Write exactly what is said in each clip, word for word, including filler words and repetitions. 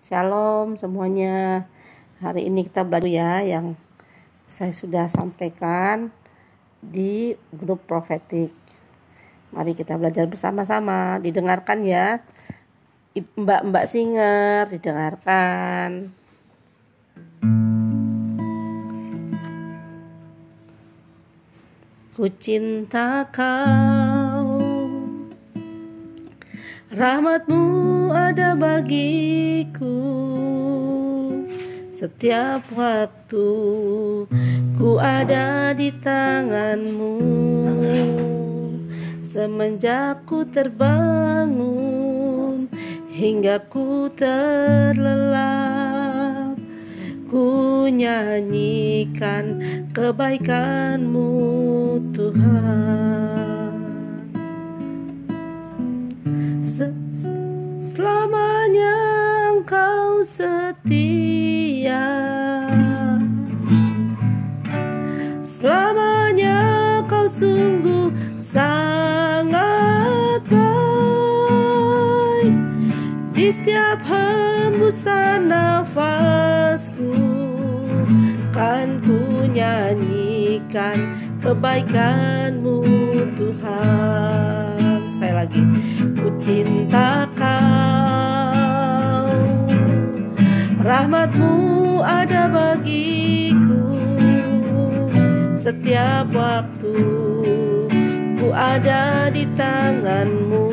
Shalom semuanya. Hari ini kita belajar ya yang saya sudah sampaikan di grup profetik. Mari kita belajar bersama-sama. Didengarkan ya, mbak-mbak singer, didengarkan. Ku cinta kau, rahmat-Mu ada bagiku. Setiap waktu ku ada di tangan-Mu. Semenjak ku terbangun hingga ku terlelap, ku nyanyikan kebaikan-Mu Tuhan. Selamanya Engkau setia, selamanya Kau sungguh sangat baik. Di setiap hembusan nafasku kan ku nyanyikan kebaikan-Mu Tuhan. Sekali lagi, ku cinta Kau, rahmat-Mu ada bagiku. Setiap waktu ku ada di tangan-Mu.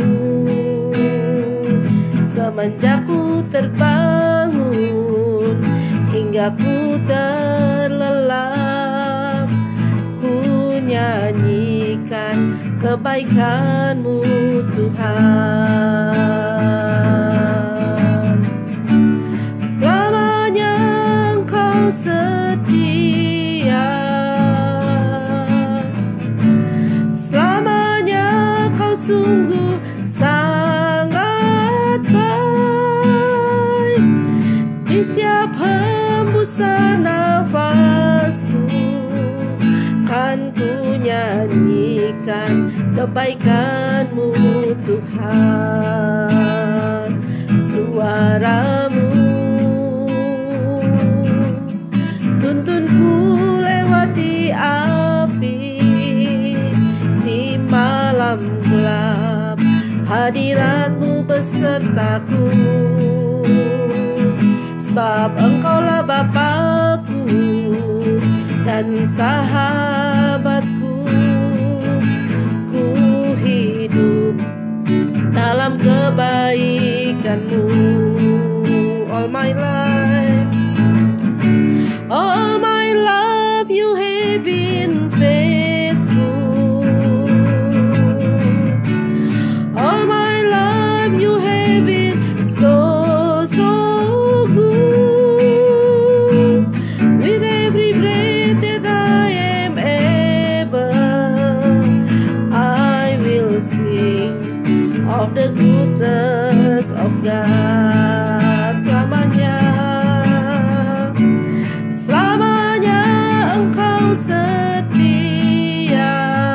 Semenjak ku terbangun hingga ku terlelap, ku nyanyikan kebaikan-Mu Tuhan. Selamanya Engkau setia, selamanya Kau sungguh sangat baik. Di setiap hembusan nafasku kan ku nyanyikan kebaikan-Mu Tuhan. Suara-Mu tuntunku lewati api di malam gelap. Hadirat-Mu besertaku, sebab Engkaulah Bapa-Ku dan sahabatku. Ku hidup dalam kebaikan-Mu all my life. All my life you have been faithful. All my life you have been so, so good. With every breath that I am able, I will sing of the goodness of God. Selamanya, selamanya Engkau setia,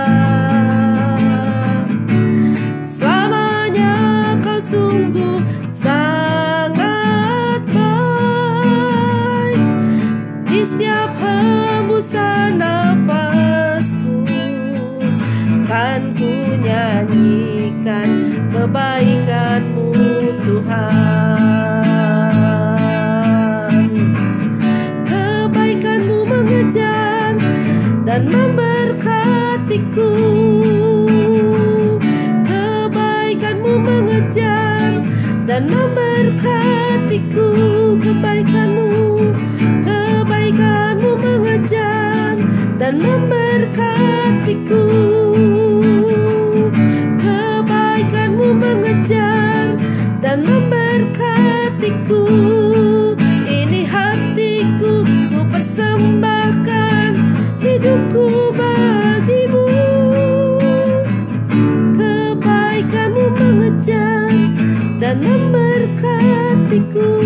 selamanya Kau sungguh sangat baik. Di setiap hembusan nafasku kan ku nyanyikan kebaikan-Mu Tuhan. Kebaikan-Mu mengejar dan memberkatiku. Kebaikan-Mu mengejar dan memberkatiku. Kebaikan-Mu, kebaikan-Mu mengejar dan memberkatiku. Kebaikan-Mu mengejar dan memberkatiku. Ini hatiku, ku persembahkan hidupku bagi-Mu. Kebaikan-Mu mengejar dan memberkatiku.